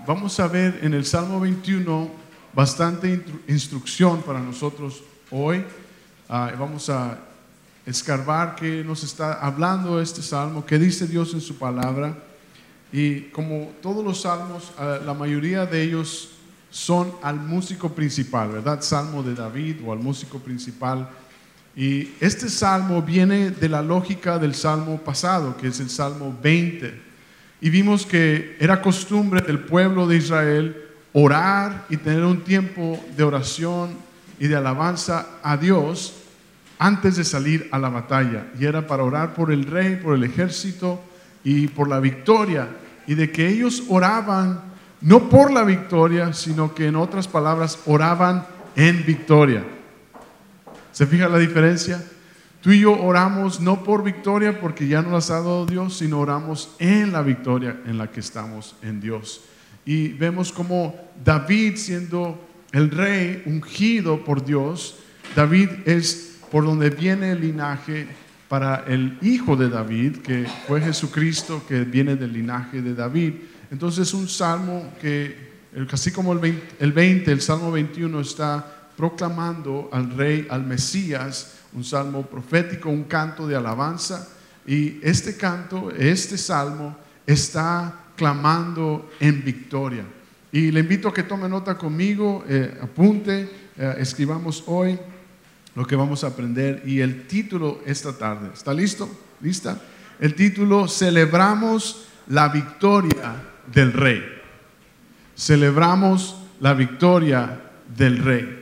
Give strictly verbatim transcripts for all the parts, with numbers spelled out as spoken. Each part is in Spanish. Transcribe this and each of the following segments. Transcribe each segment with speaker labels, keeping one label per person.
Speaker 1: vamos a ver en el Salmo veintiuno bastante instrucción para nosotros hoy. Uh, vamos a escarbar qué nos está hablando este salmo, qué dice Dios en su palabra. Y como todos los salmos, uh, la mayoría de ellos son al músico principal, ¿verdad? Salmo de David o al músico principal. Y este salmo viene de la lógica del salmo pasado, que es el Salmo veinte. Y vimos que era costumbre del pueblo de Israel orar y tener un tiempo de oración y de alabanza a Dios antes de salir a la batalla. Y era para orar por el rey, por el ejército y por la victoria. Y de que ellos oraban no por la victoria, sino que en otras palabras oraban en victoria. ¿Se fija la diferencia? Tú y yo oramos no por victoria porque ya nos las ha dado Dios, sino oramos en la victoria en la que estamos en Dios. Y vemos como David, siendo el rey ungido por Dios, David es por donde viene el linaje para el hijo de David, que fue Jesucristo, que viene del linaje de David. Entonces es un salmo que, así como el veinte, el veinte, el Salmo veintiuno está proclamando al rey, al Mesías, un salmo profético, un canto de alabanza. Y este canto, este salmo está clamando en victoria. Y le invito a que tome nota conmigo, eh, apunte, eh, escribamos hoy lo que vamos a aprender y el título esta tarde. ¿Está listo? ¿Lista? El título: Celebramos la victoria del Rey. Celebramos la victoria del Rey.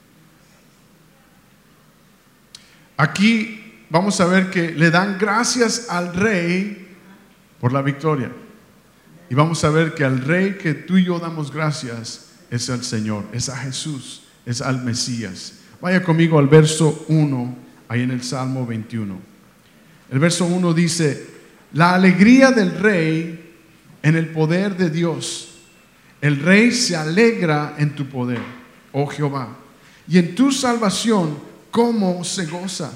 Speaker 1: Aquí vamos a ver que le dan gracias al Rey por la victoria. Y vamos a ver que al Rey que tú y yo damos gracias es al Señor, es a Jesús, es al Mesías. Vaya conmigo al verso uno, ahí en el Salmo veintiuno. El verso uno dice: la alegría del Rey en el poder de Dios. El Rey se alegra en tu poder, oh Jehová, y en tu salvación, cómo se goza.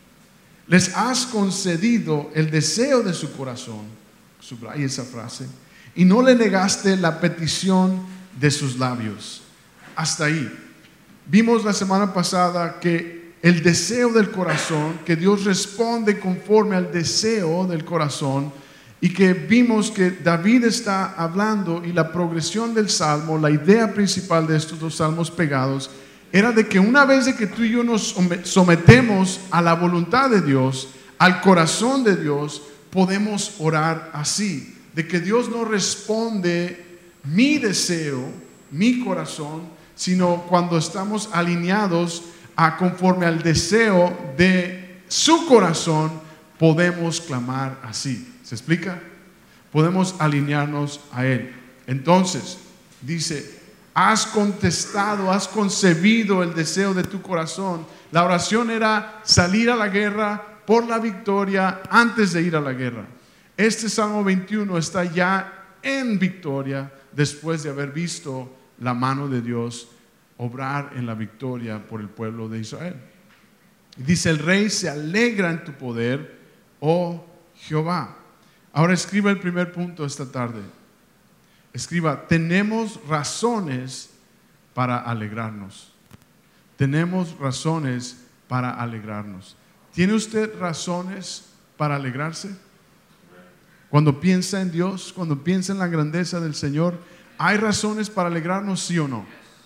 Speaker 1: Les has concedido el deseo de su corazón, subraya esa frase, y no le negaste la petición de sus labios. Hasta ahí. Vimos la semana pasada que el deseo del corazón, que Dios responde conforme al deseo del corazón, y que vimos que David está hablando, y la progresión del salmo, la idea principal de estos dos salmos pegados, era de que una vez de que tú y yo nos sometemos a la voluntad de Dios, al corazón de Dios, podemos orar así, de que Dios no responde mi deseo, mi corazón, sino cuando estamos alineados a conforme al deseo de su corazón, podemos clamar así. ¿Se explica? Podemos alinearnos a Él. Entonces, dice: has contestado, has concebido el deseo de tu corazón. La oración era salir a la guerra por la victoria antes de ir a la guerra. Este Salmo veintiuno está ya en victoria después de haber visto la mano de Dios obrar en la victoria por el pueblo de Israel. Dice: el Rey se alegra en tu poder, oh Jehová. Ahora escriba el primer punto esta tarde. Escriba: tenemos razones para alegrarnos. Tenemos razones para alegrarnos. ¿Tiene usted razones para alegrarse? Cuando piensa en Dios, cuando piensa en la grandeza del Señor, ¿hay razones para alegrarnos, sí o no?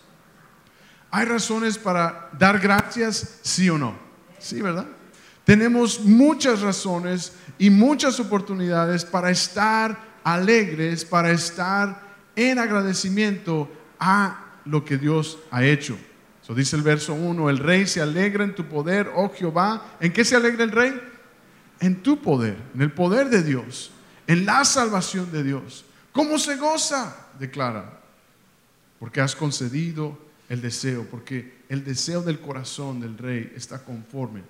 Speaker 1: ¿Hay razones para dar gracias, sí o no? Sí, ¿verdad? Tenemos muchas razones y muchas oportunidades para estar alegres, para estar en agradecimiento a lo que Dios ha hecho. Eso dice el verso uno: el Rey se alegra en tu poder, oh Jehová. ¿En qué se alegra el Rey? En tu poder, en el poder de Dios, en la salvación de Dios. ¿Cómo se goza? Declara: porque has concedido el deseo, porque el deseo del corazón del Rey está conforme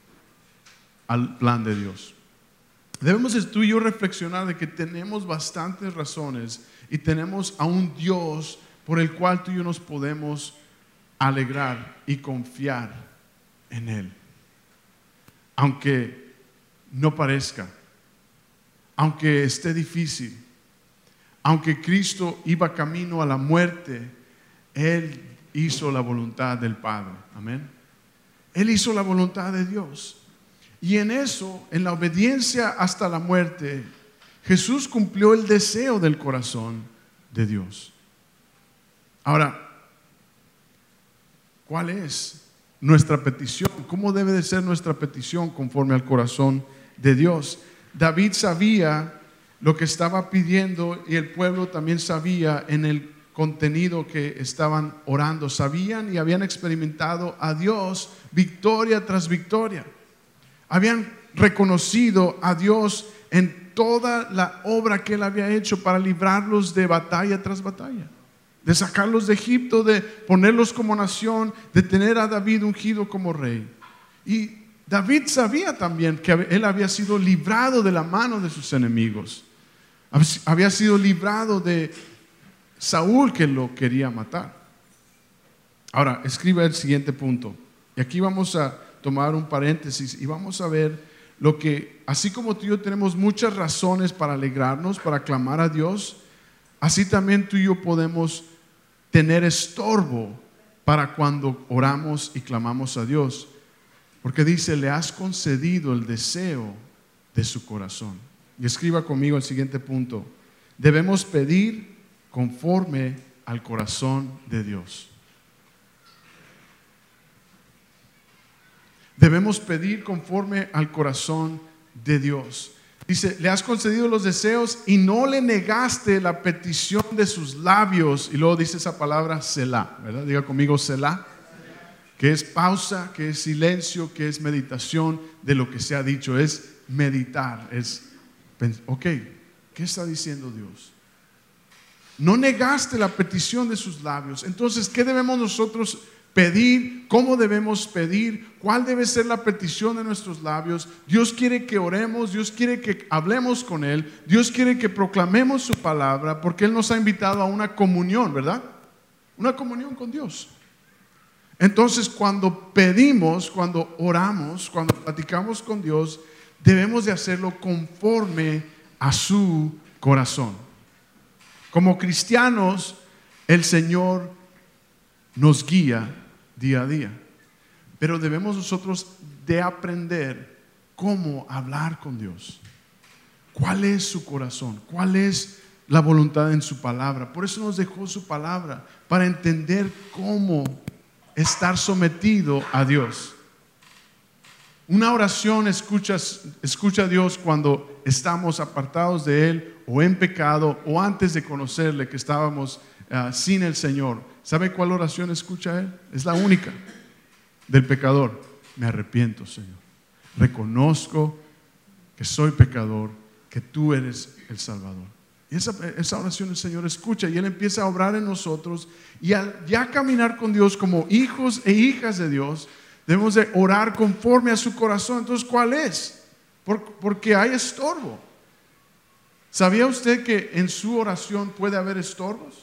Speaker 1: al plan de Dios. Debemos tú y yo reflexionar de que tenemos bastantes razones y tenemos a un Dios por el cual tú y yo nos podemos alegrar y confiar en Él. Aunque no parezca, aunque esté difícil, Aunque Cristo iba camino a la muerte, Él hizo la voluntad del Padre. Amén. Él hizo la voluntad de Dios. Y en eso, en la obediencia hasta la muerte, Jesús cumplió el deseo del corazón de Dios. Ahora, ¿cuál es nuestra petición? ¿Cómo debe de ser nuestra petición conforme al corazón de Dios? David sabía lo que estaba pidiendo y el pueblo también sabía en el contenido que estaban orando. Sabían y habían experimentado a Dios victoria tras victoria. Habían reconocido a Dios en toda la obra que Él había hecho para librarlos de batalla tras batalla, de sacarlos de Egipto, de ponerlos como nación, de tener a David ungido como rey. Y David sabía también que él había sido librado de la mano de sus enemigos. Había sido librado de Saúl, que lo quería matar. Ahora, escriba el siguiente punto. Y aquí vamos a tomar un paréntesis y vamos a ver lo que, así como tú y yo tenemos muchas razones para alegrarnos, para clamar a Dios, así también tú y yo podemos tener estorbo para cuando oramos y clamamos a Dios. Porque dice, le has concedido el deseo de su corazón. Y escriba conmigo el siguiente punto. Debemos pedir conforme al corazón de Dios. Debemos pedir conforme al corazón de Dios. Dice, le has concedido los deseos y no le negaste la petición de sus labios. Y luego dice esa palabra Selah, ¿verdad? Diga conmigo Selah, que es pausa, que es silencio, que es meditación de lo que se ha dicho. Es meditar, es, ok, ¿qué está diciendo Dios? No negaste la petición de sus labios. Entonces, ¿qué debemos nosotros pedir? ¿Cómo debemos pedir? ¿Cuál debe ser la petición de nuestros labios? Dios quiere que oremos, Dios quiere que hablemos con Él, Dios quiere que proclamemos su palabra, porque Él nos ha invitado a una comunión, ¿verdad? Una comunión con Dios. Entonces, cuando pedimos, cuando oramos, cuando platicamos con Dios, debemos de hacerlo conforme a su corazón. Como cristianos, el Señor nos guía día a día, pero debemos nosotros de aprender cómo hablar con Dios. ¿Cuál es su corazón? ¿Cuál es la voluntad en su palabra? Por eso nos dejó su palabra, para entender cómo estar sometido a Dios. Una oración escucha, escucha a Dios cuando estamos apartados de Él o en pecado o antes de conocerle, que estábamos uh, sin el Señor. ¿Sabe cuál oración escucha a Él? Es la única, del pecador. Me arrepiento, Señor. Reconozco que soy pecador, que tú eres el Salvador. Y esa, esa oración el Señor escucha y Él empieza a obrar en nosotros. Y al ya caminar con Dios como hijos e hijas de Dios, debemos de orar conforme a su corazón. Entonces, ¿cuál es? Por, porque hay estorbo. ¿Sabía usted que en su oración puede haber estorbos?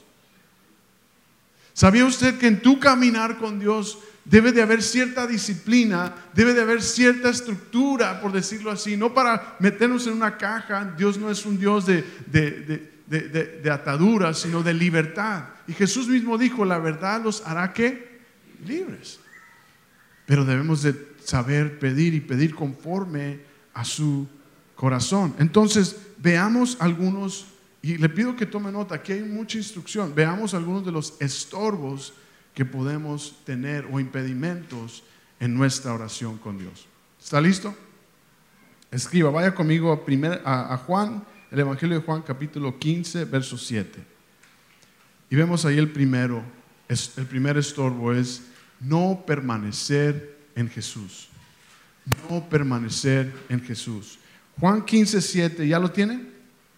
Speaker 1: ¿Sabía usted que en tu caminar con Dios debe de haber cierta disciplina, debe de haber cierta estructura, por decirlo así? No para meternos en una caja. Dios no es un Dios de, de, de, de, de, de ataduras, sino de libertad. Y Jesús mismo dijo, la verdad los hará ¿qué? Libres. Pero debemos de saber pedir y pedir conforme a su corazón. Entonces, veamos algunos, y le pido que tome nota, aquí hay mucha instrucción. Veamos algunos de los estorbos que podemos tener o impedimentos en nuestra oración con Dios. ¿Está listo? Escriba, vaya conmigo a, primer, a, a Juan, el Evangelio de Juan, capítulo quince, verso siete. Y vemos ahí el primero, es, el primer estorbo es no permanecer en Jesús. No permanecer en Jesús. Juan quince, siete, ¿ya lo tienen?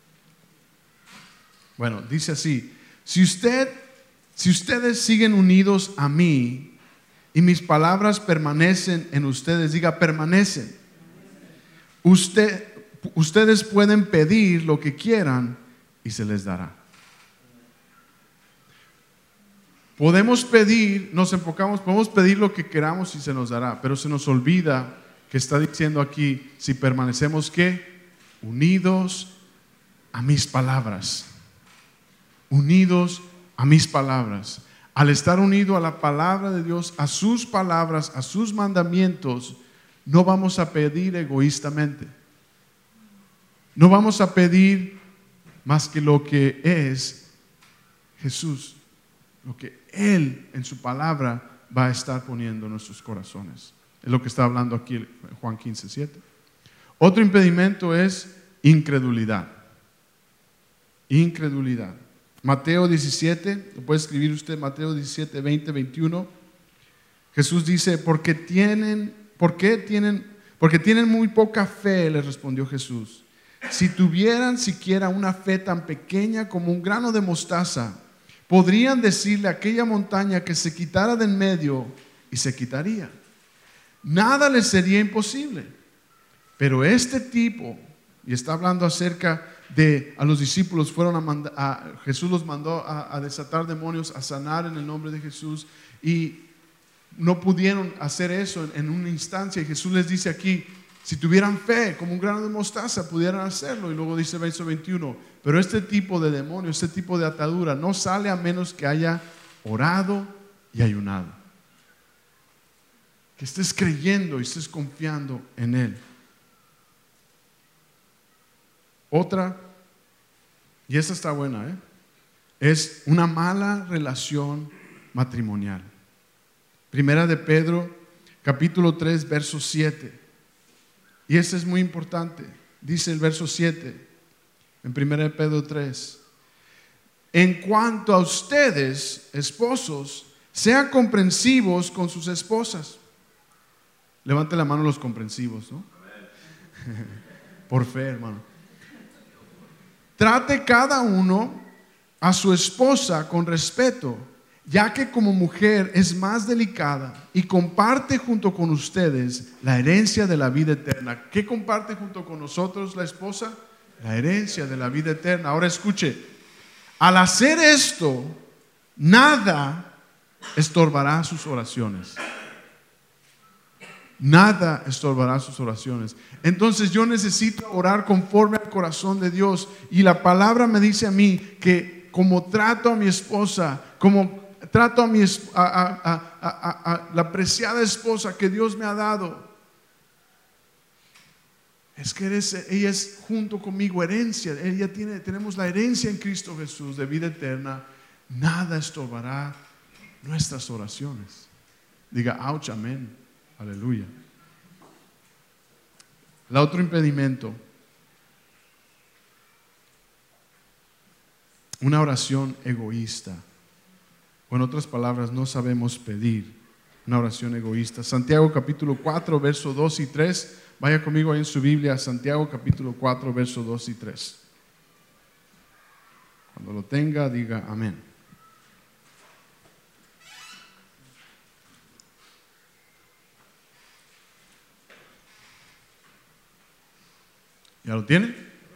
Speaker 1: Bueno, dice así: si usted, si ustedes siguen unidos a mí y mis palabras permanecen en ustedes, diga permanecen. Usted, ustedes pueden pedir lo que quieran y se les dará. Podemos pedir, nos enfocamos, podemos pedir lo que queramos y se nos dará, pero se nos olvida que está diciendo aquí, si permanecemos ¿qué? Unidos a mis palabras. unidos a mis palabras. Al estar unido a la palabra de Dios, a sus palabras, a sus mandamientos, no vamos a pedir egoístamente. No vamos a pedir más que lo que es Jesús, lo que Él en su palabra va a estar poniendo en nuestros corazones. Es lo que está hablando aquí Juan quince, siete. Otro impedimento es incredulidad. Incredulidad. Mateo diecisiete, lo puede escribir usted, Mateo diecisiete, veinte, veintiuno. Jesús dice, porque tienen, ¿por qué tienen, porque tienen muy poca fe, les respondió Jesús. Si tuvieran siquiera una fe tan pequeña como un grano de mostaza, podrían decirle a aquella montaña que se quitara de en medio y se quitaría. Nada les sería imposible. Pero este tipo, y está hablando acerca de a los discípulos, fueron a, manda, a Jesús los mandó a, a desatar demonios, a sanar en el nombre de Jesús, y no pudieron hacer eso en, en una instancia. Y Jesús les dice aquí, si tuvieran fe como un grano de mostaza, pudieran hacerlo. Y luego dice verso veintiuno, pero este tipo de demonio, este tipo de atadura no sale a menos que haya orado y ayunado. Que estés creyendo y estés confiando en Él. Otra, y esta está buena, ¿eh? es una mala relación matrimonial. Primera de Pedro, capítulo tres, verso siete. Y este es muy importante. Dice el verso siete, en Primera de Pedro tres. En cuanto a ustedes, esposos, sean comprensivos con sus esposas. Levante la mano los comprensivos, ¿no? Por fe, hermano. Trate cada uno a su esposa con respeto, ya que como mujer es más delicada y comparte junto con ustedes la herencia de la vida eterna. ¿Qué comparte junto con nosotros la esposa? La herencia de la vida eterna. Ahora escuche, al hacer esto, nada estorbará sus oraciones. Nada estorbará sus oraciones. Entonces yo necesito orar conforme al corazón de Dios. Y la palabra me dice a mí que como trato a mi esposa, como trato a, mi, a, a, a, a, a la preciada esposa que Dios me ha dado, es que eres, ella es junto conmigo herencia. Ella tiene, tenemos la herencia en Cristo Jesús de vida eterna. Nada estorbará nuestras oraciones. Diga, ouch, amén. Aleluya. El otro impedimento, una oración egoísta. O en otras palabras, no sabemos pedir. Una oración egoísta. Santiago capítulo cuatro, verso dos y tres. Vaya conmigo ahí en su Biblia, Santiago capítulo cuatro, verso dos y tres. Cuando lo tenga, diga amén. ¿Ya lo tienen?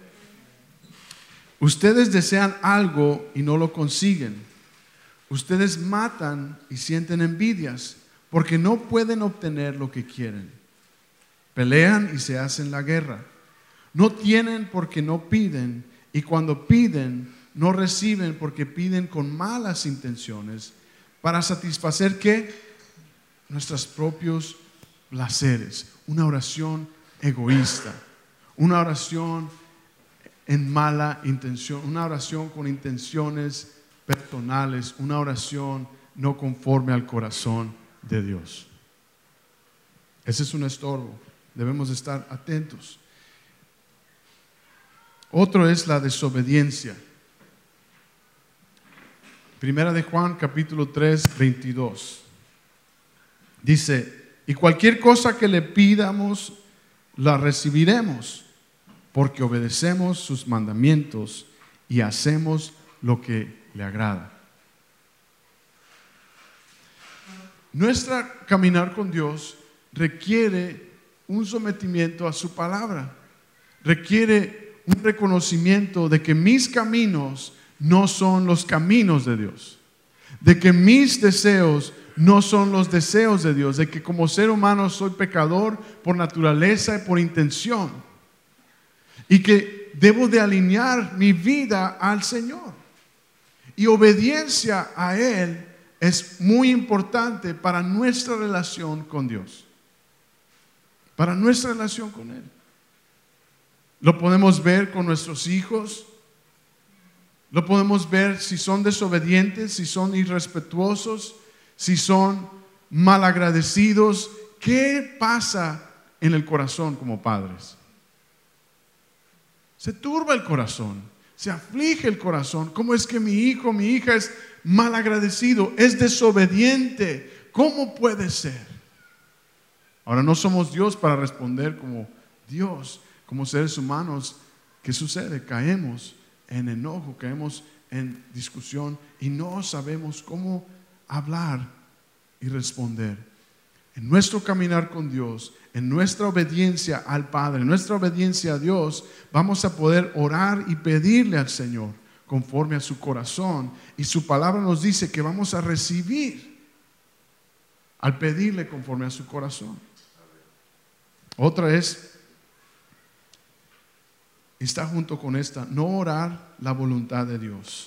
Speaker 1: Ustedes desean algo y no lo consiguen. Ustedes matan y sienten envidias porque no pueden obtener lo que quieren. Pelean y se hacen la guerra. No tienen porque no piden, y cuando piden no reciben porque piden con malas intenciones para satisfacer ¿qué? Nuestros propios placeres. Una oración egoísta. Una oración en mala intención, una oración con intenciones personales, una oración no conforme al corazón de Dios. Ese es un estorbo, debemos estar atentos. Otro es la desobediencia. Primera de Juan capítulo tres, veintidós. Dice, y cualquier cosa que le pidamos, la recibiremos, porque obedecemos sus mandamientos y hacemos lo que le agrada. Nuestra caminar con Dios requiere un sometimiento a su palabra, requiere un reconocimiento de que mis caminos no son los caminos de Dios, de que mis deseos no son los deseos de Dios, de que como ser humano soy pecador por naturaleza y por intención, y que debo de alinear mi vida al Señor. Y obediencia a Él es muy importante para nuestra relación con Dios. Para nuestra relación con Él. Lo podemos ver con nuestros hijos. Lo podemos ver si son desobedientes, si son irrespetuosos, si son malagradecidos. ¿Qué pasa en el corazón como padres? Se turba el corazón, se aflige el corazón. ¿Cómo es que mi hijo, mi hija es malagradecido, es desobediente? ¿Cómo puede ser? Ahora, no somos Dios para responder como Dios, como seres humanos. ¿Qué sucede? Caemos en enojo, caemos en discusión y no sabemos cómo hablar y responder. En nuestro caminar con Dios, en nuestra obediencia al Padre, en nuestra obediencia a Dios, vamos a poder orar y pedirle al Señor conforme a su corazón. Y su palabra nos dice que vamos a recibir al pedirle conforme a su corazón. Otra es, está junto con esta, no orar la voluntad de Dios.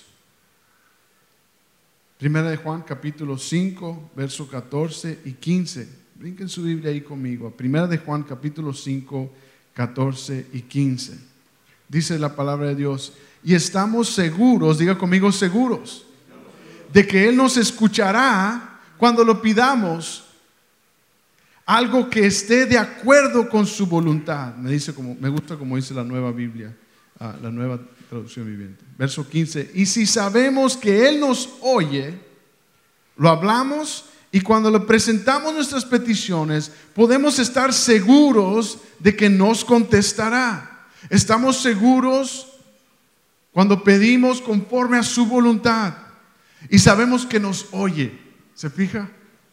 Speaker 1: Primera de Juan capítulo cinco, versos catorce y quince. Brinquen su Biblia ahí conmigo. Primera de Juan capítulo cinco, catorce y quince. Dice la palabra de Dios: y estamos seguros, diga conmigo, seguros, de que Él nos escuchará cuando lo pidamos algo que esté de acuerdo con su voluntad. Me dice como, me gusta como dice la nueva Biblia, uh, la nueva traducción viviente. Verso quince: y si sabemos que Él nos oye, lo hablamos, y cuando le presentamos nuestras peticiones, podemos estar seguros de que nos contestará. Estamos seguros cuando pedimos conforme a su voluntad y sabemos que nos oye. ¿Se fija?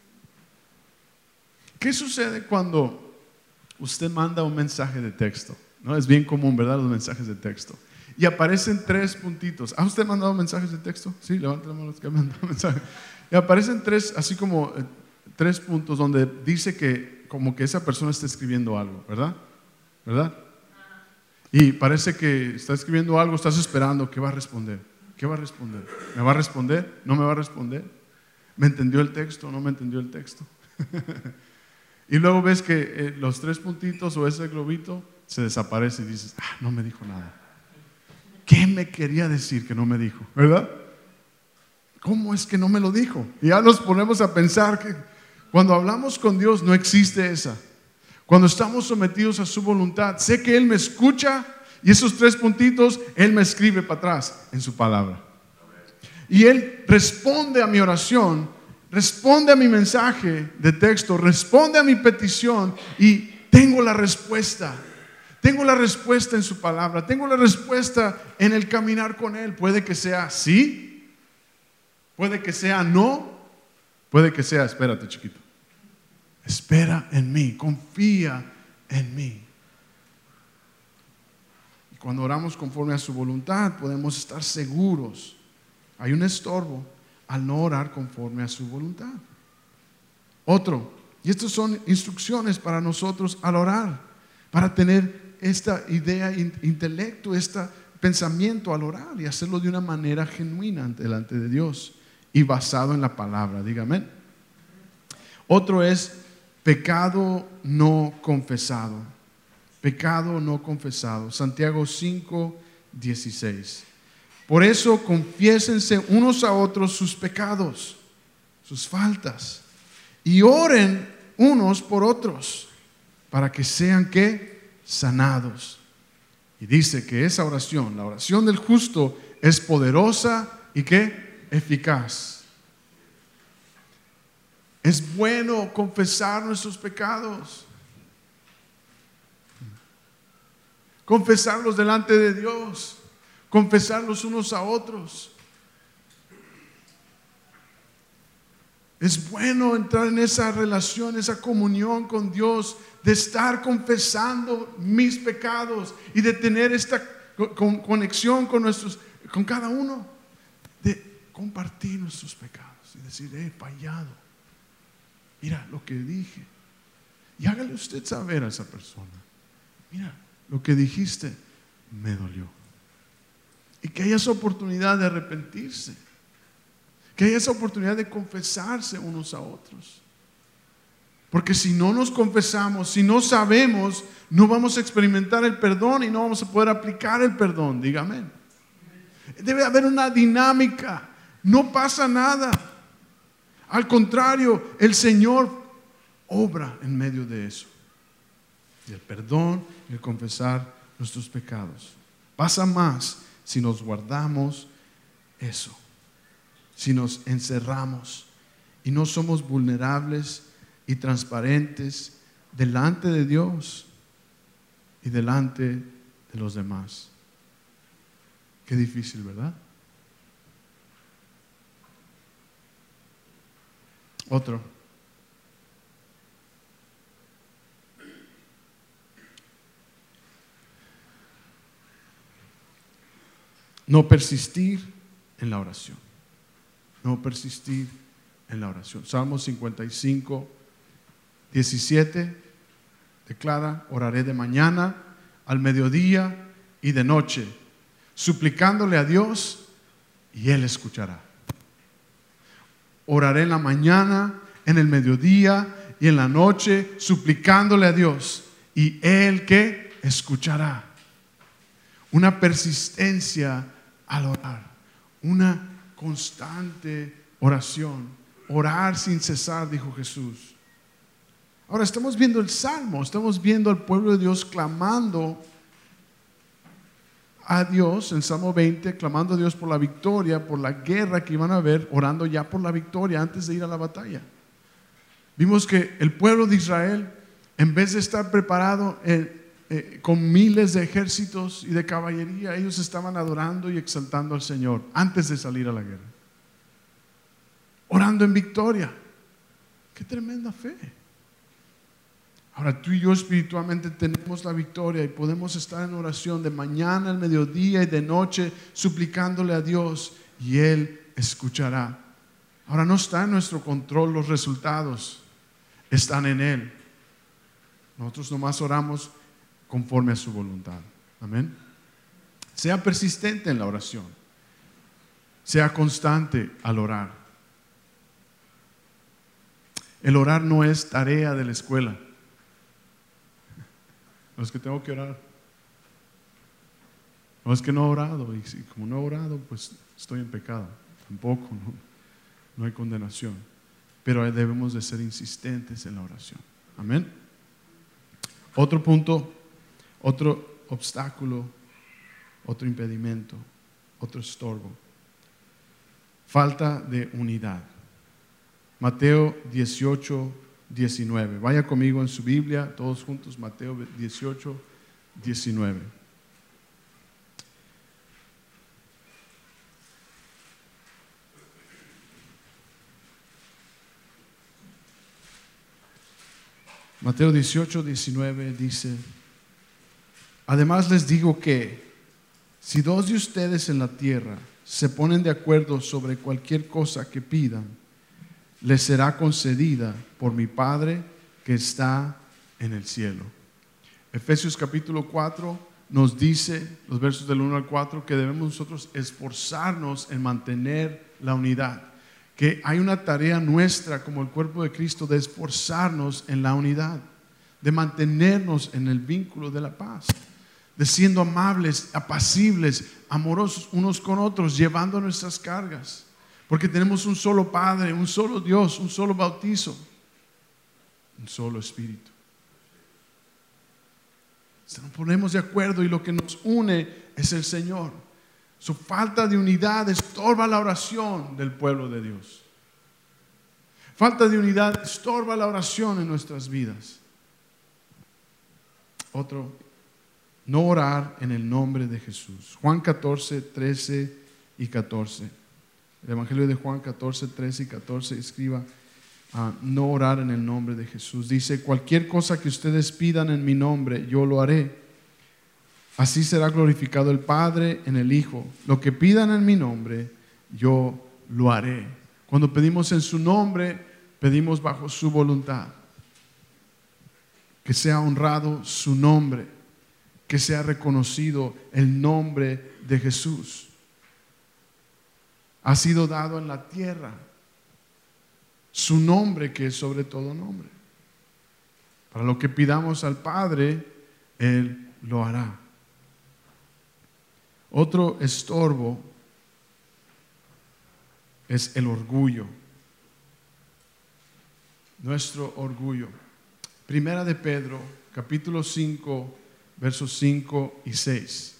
Speaker 1: ¿Qué sucede cuando usted manda un mensaje de texto? ¿No? Es bien común, ¿verdad? Los mensajes de texto. Y aparecen tres puntitos. ¿Ha usted mandado mensajes de texto? Sí, levanta la mano los que han mandado mensajes. Y aparecen tres, así como eh, tres puntos donde dice que como que esa persona está escribiendo algo, ¿verdad? ¿Verdad? Y parece que está escribiendo algo, estás esperando, ¿qué va a responder? ¿Qué va a responder? ¿Me va a responder? ¿No me va a responder? ¿Me entendió el texto? ¿No me entendió el texto? Y luego ves que eh, los tres puntitos o ese globito se desaparece y dices, ah, no me dijo nada. ¿Qué me quería decir que no me dijo? ¿Verdad? ¿Cómo es que no me lo dijo? Y ya nos ponemos a pensar que cuando hablamos con Dios no existe esa. Cuando estamos sometidos a su voluntad, sé que Él me escucha y esos tres puntitos Él me escribe para atrás en su palabra. Y Él responde a mi oración, responde a mi mensaje de texto, responde a mi petición y tengo la respuesta. Tengo la respuesta en su palabra, tengo la respuesta en el caminar con Él. Puede que sea sí, puede que sea no, puede que sea, espérate chiquito, espera en mí, confía en mí. Y cuando oramos conforme a su voluntad, podemos estar seguros. Hay un estorbo al no orar conforme a su voluntad. Otro, y estas son instrucciones para nosotros al orar, para tener esta idea, intelecto, este pensamiento al orar y hacerlo de una manera genuina delante de Dios y basado en la palabra. Dígame. Otro es pecado no confesado. Pecado no confesado. Santiago cinco, dieciséis. Por eso confiésense unos a otros sus pecados, sus faltas, y oren unos por otros para que sean ¿qué? Sanados. Y dice que esa oración, la oración del justo, es poderosa y ¿qué? Eficaz. Es bueno confesar nuestros pecados, confesarlos delante de Dios, confesarlos unos a otros. Es bueno entrar en esa relación, esa comunión con Dios, de estar confesando mis pecados y de tener esta conexión con nuestros, con cada uno, de compartir nuestros pecados y decir, he fallado. Mira lo que dije. Y hágale usted saber a esa persona, mira, lo que dijiste me dolió. Y que haya esa oportunidad de arrepentirse. Que haya esa oportunidad de confesarse unos a otros. Porque si no nos confesamos, si no sabemos, no vamos a experimentar el perdón y no vamos a poder aplicar el perdón. Dígame. Debe haber una dinámica. No pasa nada. Al contrario, el Señor obra en medio de eso. Y el perdón y el confesar nuestros pecados. Pasa más si nos guardamos eso. Si nos encerramos y no somos vulnerables y transparentes delante de Dios y delante de los demás. Qué difícil, ¿verdad? Otro. No persistir en la oración. No persistir en la oración. Salmos cincuenta y cinco, diecisiete declara: oraré de mañana, al mediodía y de noche, suplicándole a Dios y Él escuchará. Oraré en la mañana, en el mediodía y en la noche, suplicándole a Dios y Él que escuchará. Una persistencia al orar, una constante oración, orar sin cesar, dijo Jesús. Ahora estamos viendo el Salmo, estamos viendo al pueblo de Dios clamando a Dios, en Salmo veinte, clamando a Dios por la victoria, por la guerra que iban a ver, orando ya por la victoria antes de ir a la batalla. Vimos que el pueblo de Israel, en vez de estar preparado eh, eh, con miles de ejércitos y de caballería, ellos estaban adorando y exaltando al Señor antes de salir a la guerra. Orando en victoria. ¡Qué tremenda fe! Ahora tú y yo espiritualmente tenemos la victoria y podemos estar en oración de mañana, al mediodía y de noche, suplicándole a Dios y Él escuchará. Ahora no está en nuestro control los resultados, están en Él. Nosotros nomás oramos conforme a su voluntad. Amén. Sea persistente en la oración, sea constante al orar. El orar no es tarea de la escuela. No es que tengo que orar. No es que no he orado. Y como no he orado, pues estoy en pecado. Tampoco, no, no hay condenación. Pero debemos de ser insistentes en la oración. Amén. Otro punto, otro obstáculo, otro impedimento, otro estorbo. Falta de unidad. Mateo dieciocho, diecinueve. Vaya conmigo en su Biblia, todos juntos, Mateo dieciocho, diecinueve. Mateo dieciocho, diecinueve dice: además les digo que si dos de ustedes en la tierra se ponen de acuerdo sobre cualquier cosa que pidan, les será concedida por mi Padre que está en el cielo. Efesios capítulo cuatro nos dice, los versos del uno al cuatro, que debemos nosotros esforzarnos en mantener la unidad. Que hay una tarea nuestra como el cuerpo de Cristo de esforzarnos en la unidad, de mantenernos en el vínculo de la paz, de siendo amables, apacibles, amorosos unos con otros, llevando nuestras cargas. Porque tenemos un solo Padre, un solo Dios, un solo bautizo, un solo Espíritu. Si nos ponemos de acuerdo y lo que nos une es el Señor. Su falta de unidad estorba la oración del pueblo de Dios. Falta de unidad estorba la oración en nuestras vidas. Otro, no orar en el nombre de Jesús. Juan catorce, trece y catorce. El Evangelio de Juan catorce, trece y catorce escriba uh, no orar en el nombre de Jesús. Dice: cualquier cosa que ustedes pidan en mi nombre, yo lo haré. Así será glorificado el Padre en el Hijo. Lo que pidan en mi nombre, yo lo haré. Cuando pedimos en su nombre, pedimos bajo su voluntad. Que sea honrado su nombre, que sea reconocido el nombre de Jesús. ha sido dado en la tierra. Su nombre que es sobre todo nombre. Para lo que pidamos al Padre, Él lo hará. Otro estorbo es el orgullo. Nuestro orgullo. Primera de Pedro, capítulo cinco, versos cinco y seis.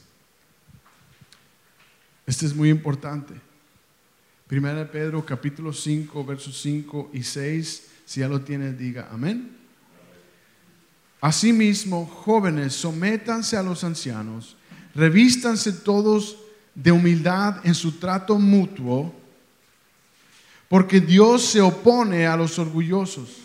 Speaker 1: Este es muy importante. Primera de Pedro, capítulo cinco, versos cinco y seis. Si ya lo tiene, diga amén. Asimismo, jóvenes, sométanse a los ancianos, revístanse todos de humildad en su trato mutuo, porque Dios se opone a los orgullosos.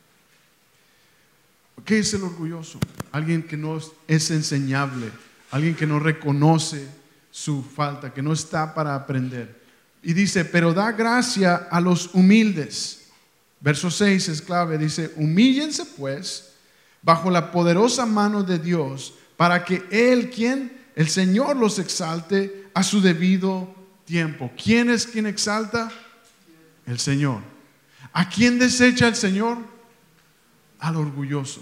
Speaker 1: ¿Qué es el orgulloso? Alguien que no es enseñable, alguien que no reconoce su falta, que no está para aprender. Y dice, pero da gracia a los humildes. Verso seis es clave, dice, humíllense pues bajo la poderosa mano de Dios, para que Él, quien, el Señor, los exalte a su debido tiempo. ¿Quién es quien exalta? El Señor. ¿A quién desecha el Señor? Al orgulloso.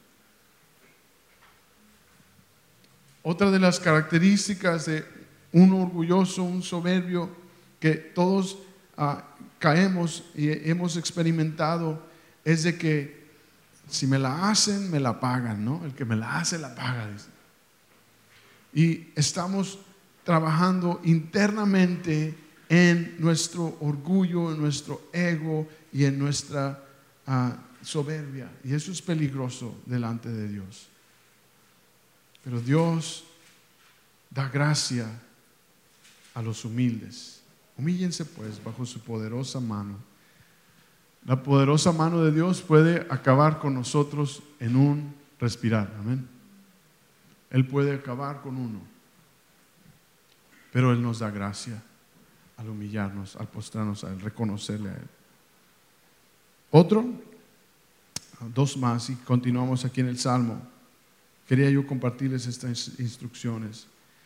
Speaker 1: Otra de las características de un orgulloso, un soberbio, que todos uh, caemos y hemos experimentado, es de que si me la hacen, me la pagan, ¿no? El que me la hace, la paga, dice. Y estamos trabajando internamente en nuestro orgullo, en nuestro ego y en nuestra uh, soberbia. Y eso es peligroso delante de Dios. Pero Dios da gracia a los humildes. Humíllense pues bajo su poderosa mano. La poderosa mano de Dios puede acabar con nosotros en un respirar. Amén. Él puede acabar con uno. Pero Él nos da gracia al humillarnos, al postrarnos a Él, reconocerle a Él. Otro, dos más y continuamos aquí en el Salmo. Quería yo compartirles estas instrucciones.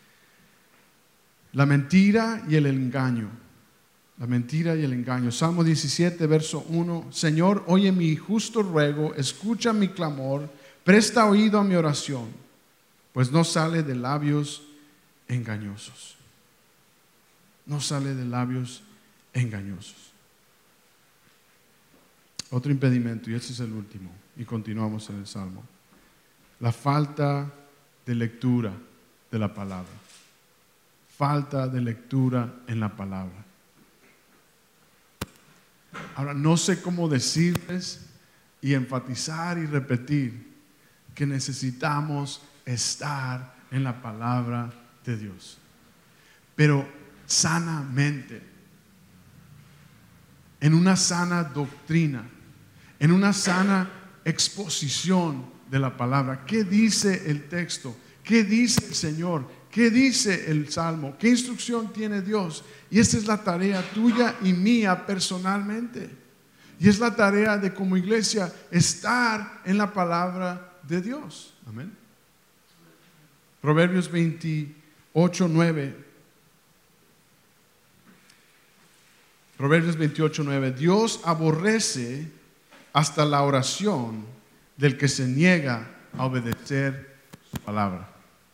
Speaker 1: La mentira y el engaño. La mentira y el engaño. Salmo diecisiete, verso uno. Señor, oye mi justo ruego, escucha mi clamor, presta oído a mi oración, pues no sale de labios engañosos. No sale de labios engañosos. Otro impedimento, y este es el último, y continuamos en el Salmo. La falta de lectura de la palabra. Falta de lectura en la palabra. Ahora, no sé cómo decirles y enfatizar y repetir que necesitamos estar en la palabra de Dios, pero sanamente, en una sana doctrina, en una sana exposición de la palabra. ¿Qué dice el texto? ¿Qué dice el Señor? ¿Qué dice el Salmo? ¿Qué instrucción tiene Dios? Y esta es la tarea tuya y mía personalmente. Y es la tarea de como iglesia estar en la palabra de Dios. Amén. Proverbios veintiocho, nueve. Proverbios veintiocho, nueve. Dios aborrece hasta la oración del que se niega a obedecer su palabra.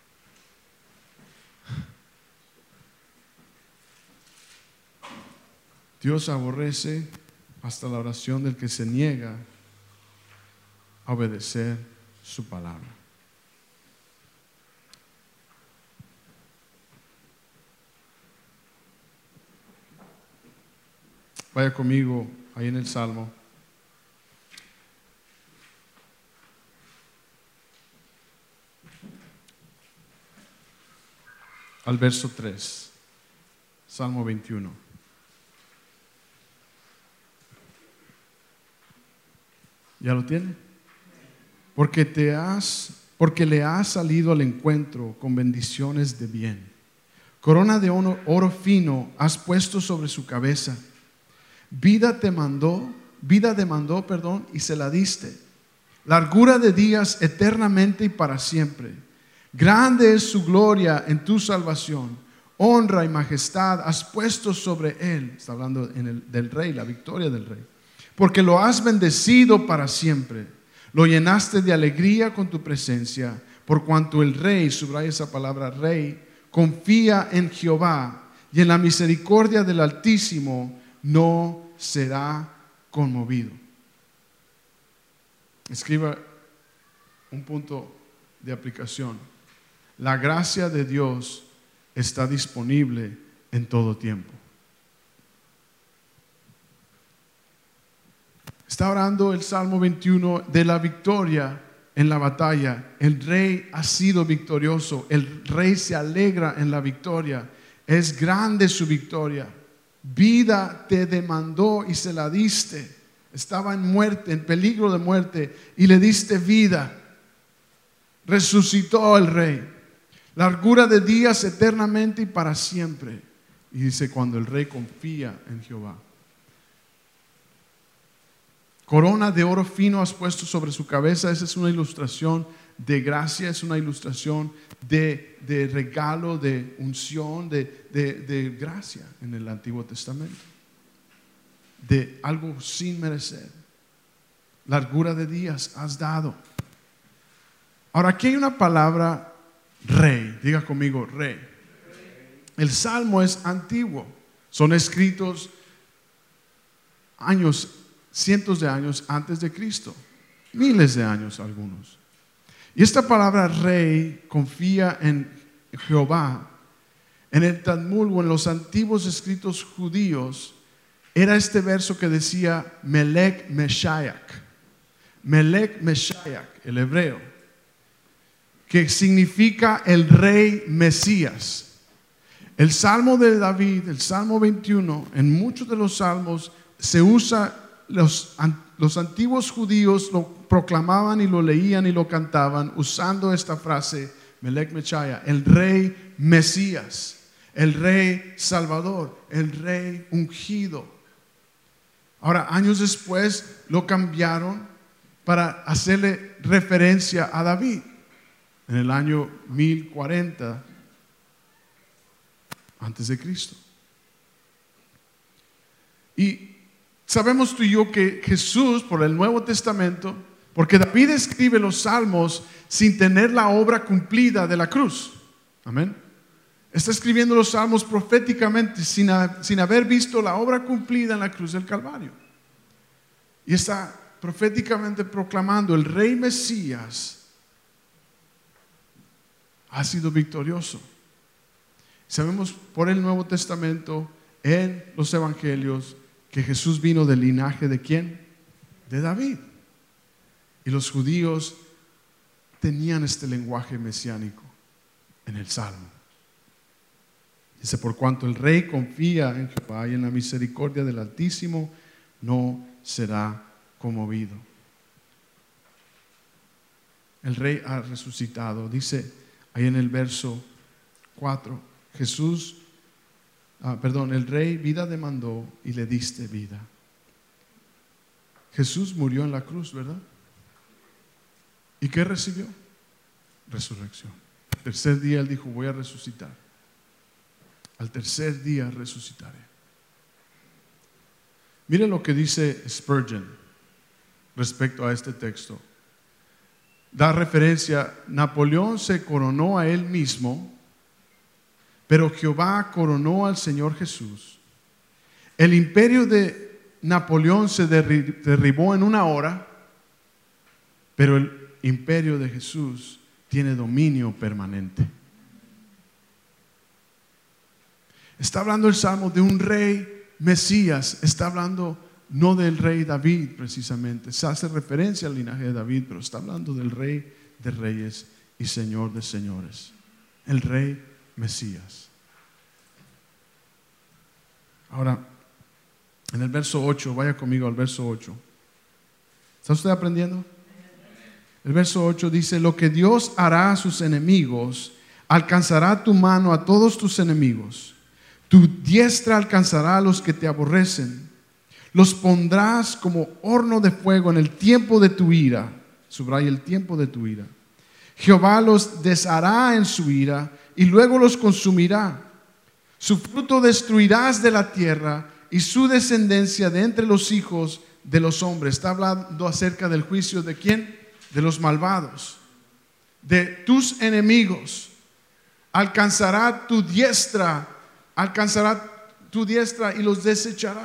Speaker 1: Dios aborrece hasta la oración del que se niega a obedecer su palabra. Vaya conmigo ahí en el Salmo. Al verso tres. Salmo veintiuno. ¿Ya lo tiene? Porque te has, porque le has salido al encuentro con bendiciones de bien. Corona de oro, oro fino has puesto sobre su cabeza. Vida te mandó, vida demandó, perdón, y se la diste. Largura de días eternamente y para siempre. Grande es su gloria en tu salvación. honra y majestad has puesto sobre él. Está hablando en el, del rey, la victoria del rey. Porque lo has bendecido para siempre. Lo llenaste de alegría con tu presencia. Por cuanto el rey, subraya esa palabra rey, confía en Jehová y en la misericordia del Altísimo no será conmovido. Escriba un punto de aplicación. La gracia de Dios está disponible en todo tiempo. Está orando el Salmo veintiuno de la victoria en la batalla. El rey ha sido victorioso. El rey se alegra en la victoria. Es grande su victoria. Vida te demandó y se la diste. Estaba en muerte, en peligro de muerte, y le diste vida. Resucitó el rey. Largura de días eternamente y para siempre. Y dice, cuando el rey confía en Jehová. Corona de oro fino has puesto sobre su cabeza. Esa es una ilustración de gracia, es una ilustración de, de regalo, de unción, de, de, de gracia en el Antiguo Testamento. De algo sin merecer. Largura de días has dado. Ahora aquí hay una palabra rey. Diga conmigo rey. El salmo es antiguo. Son escritos años, cientos de años antes de Cristo. Miles de años algunos. Y esta palabra rey confía en Jehová. En el Talmud o en los antiguos escritos judíos era este verso que decía Melech Meshayak. Melech Meshayak, el hebreo, que significa el rey Mesías. El Salmo de David, el Salmo veintiuno, en muchos de los salmos se usa, los, los antiguos judíos lo proclamaban y lo leían y lo cantaban usando esta frase, Melech Meshayak, el rey Mesías, el rey Salvador, el rey ungido. Ahora, años después lo cambiaron para hacerle referencia a David. En el año mil cuarenta antes de Cristo. Y sabemos tú y yo que Jesús, por el Nuevo Testamento, porque David escribe los salmos sin tener la obra cumplida de la cruz. Amén. Está escribiendo los salmos proféticamente sin, sin haber visto la obra cumplida en la cruz del Calvario. Y está proféticamente proclamando el rey Mesías ha sido victorioso. Sabemos por el Nuevo Testamento, en los evangelios, que Jesús vino del linaje de ¿quién? De David. Y los judíos tenían este lenguaje mesiánico en el Salmo. Dice, por cuanto el rey confía en Jehová y en la misericordia del Altísimo, no será conmovido. El rey ha resucitado. Dice ahí en el verso cuatro, Jesús, ah, perdón, el rey vida demandó y le diste vida. Jesús murió en la cruz, ¿verdad? ¿Y qué recibió? Resurrección. El tercer día él dijo, voy a resucitar. Al tercer día resucitaré. Miren lo que dice Spurgeon respecto a este texto. Da referencia, Napoleón se coronó a él mismo, pero Jehová coronó al Señor Jesús. El imperio de Napoleón se derribó en una hora, pero el imperio de Jesús tiene dominio permanente. Está hablando el Salmo de un rey Mesías, está hablando no del rey David precisamente, se hace referencia al linaje de David, pero está hablando del rey de reyes y señor de señores, el rey Mesías. Ahora, en el verso ocho, vaya conmigo al verso ocho. ¿Está usted aprendiendo? El verso ocho dice, lo que Dios hará a sus enemigos, alcanzará tu mano a todos tus enemigos. Tu diestra alcanzará a los que te aborrecen. Los pondrás como horno de fuego en el tiempo de tu ira. Subraya el tiempo de tu ira. Jehová los deshará en su ira y luego los consumirá. Su fruto destruirás de la tierra y su descendencia de entre los hijos de los hombres. Está hablando acerca del juicio de quién? De los malvados, de tus enemigos. Alcanzará tu diestra, alcanzará tu diestra y los desechará.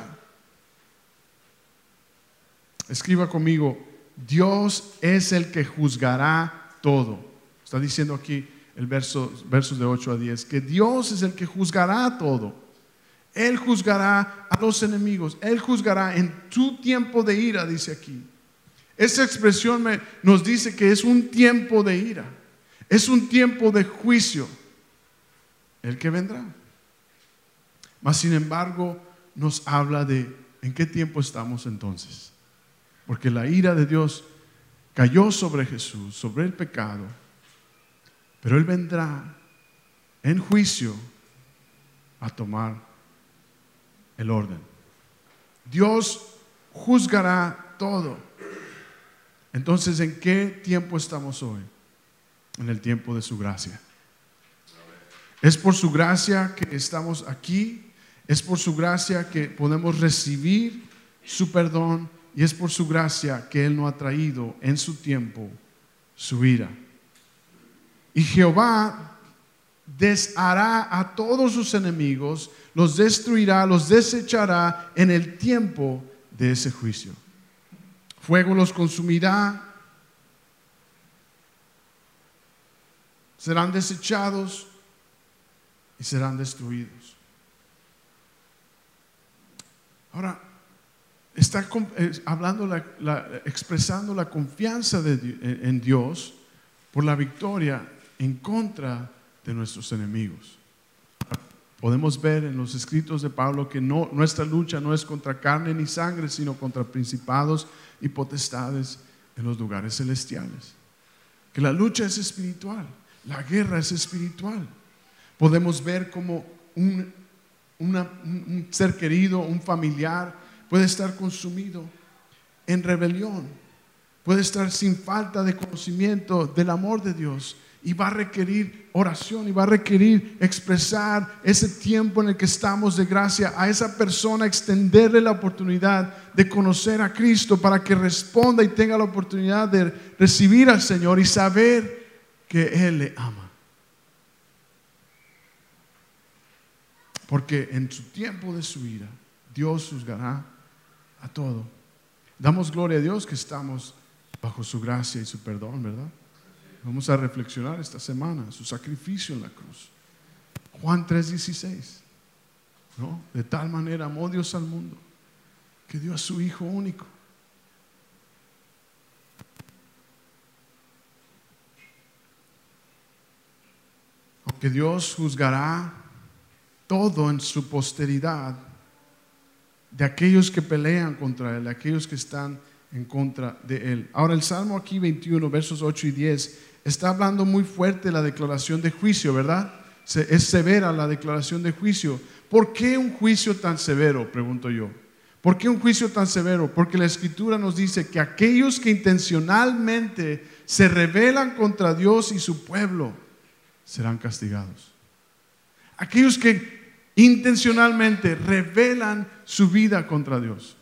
Speaker 1: Escriba conmigo, Dios es el que juzgará todo. Está diciendo aquí el verso, versos de ocho a diez, que Dios es el que juzgará todo. Él juzgará a los enemigos, Él juzgará en tu tiempo de ira, dice aquí. Esa expresión me, nos dice que es un tiempo de ira, es un tiempo de juicio, el que vendrá. Mas sin embargo nos habla de en qué tiempo estamos entonces. Porque la ira de Dios cayó sobre Jesús, sobre el pecado, pero Él vendrá en juicio a tomar el orden. Dios juzgará todo. Entonces, ¿en qué tiempo estamos hoy? En el tiempo de su gracia. Es por su gracia que estamos aquí, es por su gracia que podemos recibir su perdón y es por su gracia que Él nos ha traído en su tiempo su ira. Y Jehová deshará a todos sus enemigos, los destruirá, los desechará en el tiempo de ese juicio. Fuego los consumirá, serán desechados y serán destruidos. Ahora, está hablando, la, la, expresando la confianza de, en Dios por la victoria en contra de nuestros enemigos. Podemos ver en los escritos de Pablo que no, nuestra lucha no es contra carne ni sangre, sino contra principados y potestades en los lugares celestiales. Que la lucha es espiritual, la guerra es espiritual. Podemos ver como un, una, un ser querido, un familiar, puede estar consumido en rebelión, puede estar sin falta de conocimiento del amor de Dios y va a requerir oración y va a requerir expresar ese tiempo en el que estamos de gracia a esa persona, extenderle la oportunidad de conocer a Cristo para que responda y tenga la oportunidad de recibir al Señor y saber que Él le ama. Porque en su tiempo de su ira, Dios juzgará a todo. Damos gloria a Dios que estamos bajo su gracia y su perdón, ¿verdad? Vamos a reflexionar esta semana su sacrificio en la cruz. Juan tres dieciséis, ¿no? De tal manera amó Dios al mundo que dio a su Hijo único. Aunque Dios juzgará todo en su posteridad, de aquellos que pelean contra Él, de aquellos que están en contra de Él. Ahora el Salmo aquí veintiuno, versos ocho y diez, está hablando muy fuerte de la declaración de juicio, ¿verdad? Es severa la declaración de juicio. ¿Por qué un juicio tan severo? Pregunto yo. ¿Por qué un juicio tan severo? Porque la Escritura nos dice que aquellos que intencionalmente se rebelan contra Dios y su pueblo serán castigados. Aquellos que intencionalmente rebelan su vida contra Dios.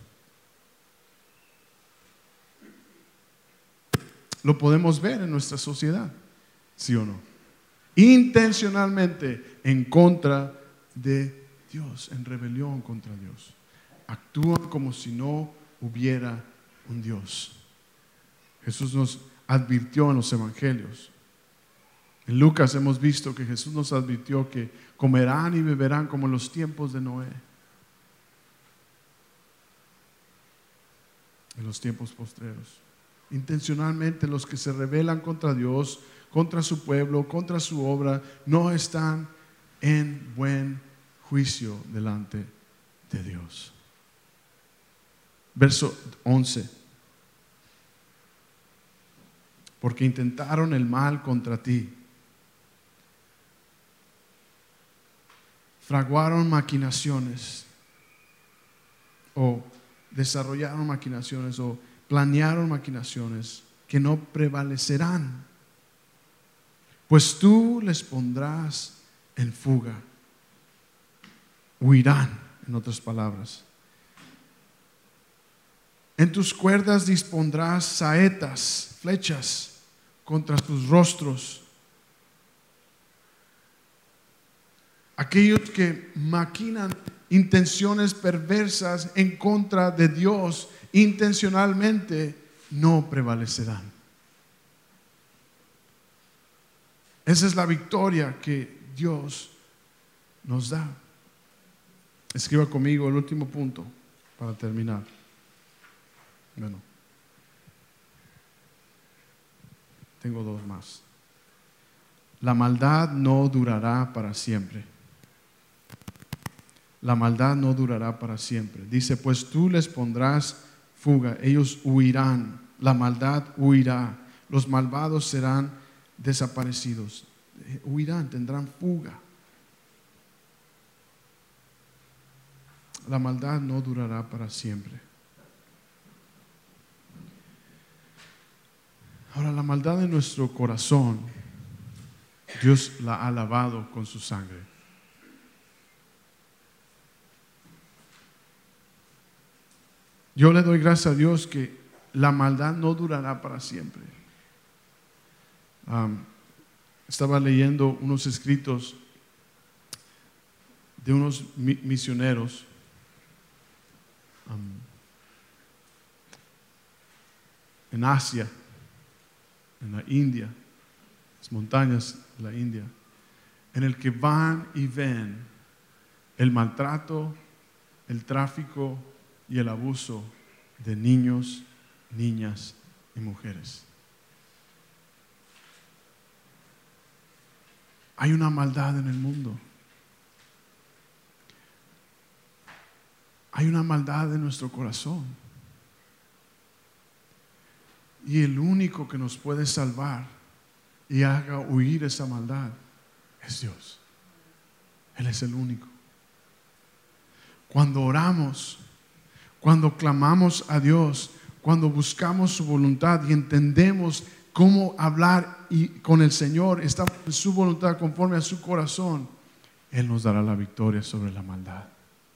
Speaker 1: Lo podemos ver en nuestra sociedad, ¿sí o no? Intencionalmente en contra de Dios, en rebelión contra Dios. Actúan como si no hubiera un Dios. Jesús nos advirtió en los evangelios. En Lucas hemos visto que Jesús nos advirtió que comerán y beberán como en los tiempos de Noé. En los tiempos postreros. Intencionalmente los que se rebelan contra Dios, contra su pueblo, contra su obra, no están en buen juicio delante de Dios. Verso once. Porque intentaron el mal contra ti. Fraguaron maquinaciones o desarrollaron maquinaciones o planearon maquinaciones que no prevalecerán, pues tú les pondrás en fuga. huirán, en otras palabras. En tus cuerdas dispondrás saetas, flechas, contra sus rostros. Aquellos que maquinan intenciones perversas en contra de Dios intencionalmente no prevalecerán. Esa es la victoria que Dios nos da. Escriba conmigo el último punto para terminar. Bueno, tengo dos más. La maldad no durará para siempre. La maldad no durará para siempre. Dice, pues tú les pondrás fuga, ellos huirán, la maldad huirá, los malvados serán desaparecidos. Huirán, tendrán fuga. La maldad no durará para siempre. Ahora, la maldad de nuestro corazón, Dios la ha lavado con su sangre. Yo le doy gracias a Dios que la maldad no durará para siempre. Um, estaba leyendo unos escritos de unos mi misioneros um, en Asia, en la India, las montañas de la India, en el que van y ven el maltrato, el tráfico y el abuso de niños, niñas y mujeres. Hay una maldad en el mundo. Hay una maldad en nuestro corazón. Y el único que nos puede salvar y haga huir esa maldad es Dios. Él es el único. Cuando oramos, cuando clamamos a Dios, cuando buscamos su voluntad y entendemos cómo hablar y con el Señor, estamos en su voluntad conforme a su corazón, Él nos dará la victoria sobre la maldad.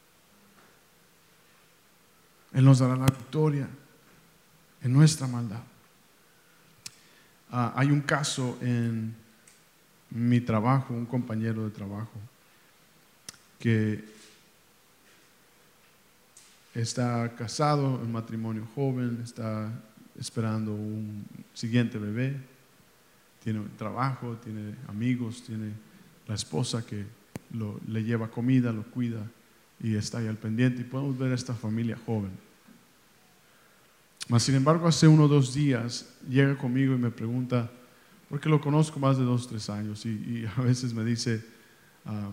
Speaker 1: Él nos dará la victoria en nuestra maldad. Uh, hay un caso en mi trabajo, un compañero de trabajo que está casado, en matrimonio joven, está esperando un siguiente bebé, tiene un trabajo, tiene amigos, tiene la esposa que lo, le lleva comida, lo cuida y está ahí al pendiente, y podemos ver a esta familia joven. Mas sin embargo, hace uno o dos días llega conmigo y me pregunta, porque lo conozco más de dos o tres años, y, y a veces me dice, um,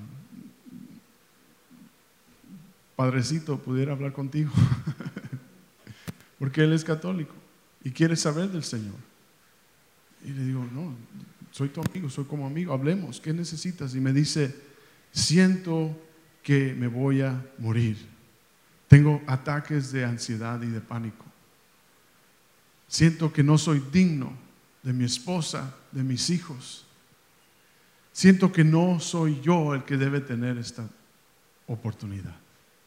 Speaker 1: Padrecito, ¿pudiera hablar contigo? Porque él es católico y quiere saber del Señor. Y le digo, no, soy tu amigo, soy como amigo, hablemos, ¿qué necesitas? Y me dice, siento que me voy a morir. Tengo ataques de ansiedad y de pánico. Siento que no soy digno de mi esposa, de mis hijos. Siento que no soy yo el que debe tener esta oportunidad.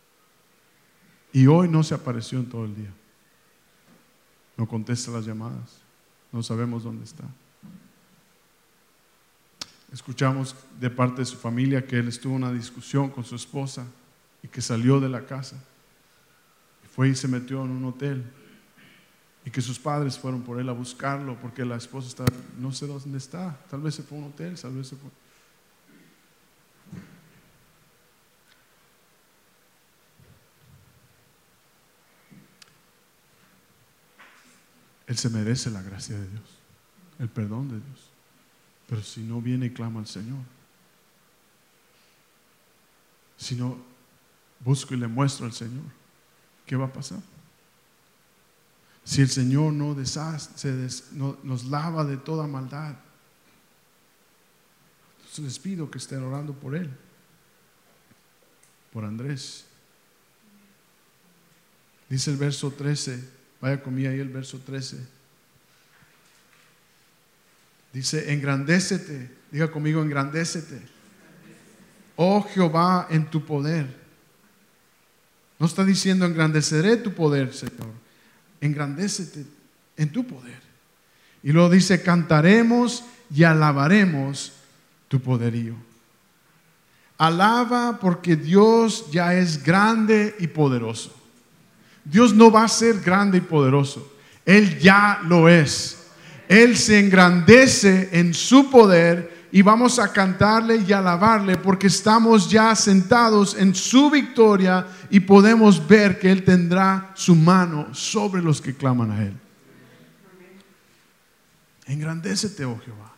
Speaker 1: Y hoy no se apareció en todo el día. No contesta las llamadas. No sabemos dónde está. Escuchamos de parte de su familia que él estuvo en una discusión con su esposa y que salió de la casa. Fue y se metió en un hotel. Y que sus padres fueron por él a buscarlo porque la esposa está, no sé dónde está. Tal vez se fue a un hotel, tal vez se fue. Él se merece la gracia de Dios, el perdón de Dios. Pero si no viene y clama al Señor, si no busco y le muestro al Señor, ¿qué va a pasar? Si el Señor no deshace, des, no, nos lava de toda maldad, entonces les pido que estén orando por él, por Andrés. Dice el verso trece. Vaya conmigo ahí el verso trece. Dice, engrandécete. Diga conmigo, engrandécete. Oh Jehová, en tu poder. No está diciendo engrandeceré tu poder, Señor. Engrandécete en tu poder. Y luego dice, cantaremos y alabaremos tu poderío. Alaba porque Dios ya es grande y poderoso. Dios no va a ser grande y poderoso. Él ya lo es. Él se engrandece en su poder y vamos a cantarle y alabarle porque estamos ya sentados en su victoria y podemos ver que Él tendrá su mano sobre los que claman a Él. Engrandécete, oh Jehová.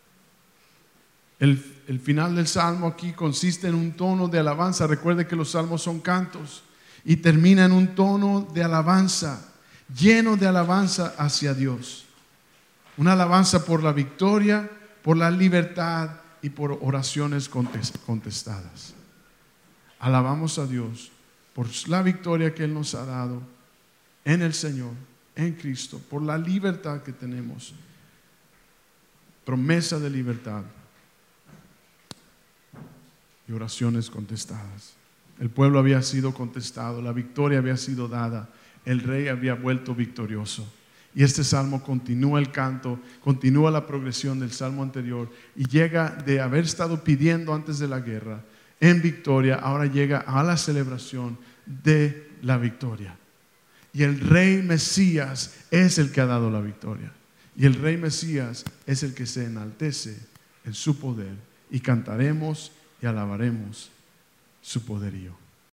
Speaker 1: El, el final del salmo aquí consiste en un tono de alabanza. Recuerde que los salmos son cantos y termina en un tono de alabanza, lleno de alabanza hacia Dios. Una alabanza por la victoria, por la libertad y por oraciones contestadas. Alabamos a Dios por la victoria que Él nos ha dado en el Señor, en Cristo, por la libertad que tenemos. Promesa de libertad y oraciones contestadas. El pueblo había sido contestado, la victoria había sido dada, el rey había vuelto victorioso. Y este salmo continúa el canto, continúa la progresión del salmo anterior y llega de haber estado pidiendo antes de la guerra en victoria, ahora llega a la celebración de la victoria. Y el rey Mesías es el que ha dado la victoria. Y el rey Mesías es el que se enaltece en su poder y cantaremos y alabaremos su poderío.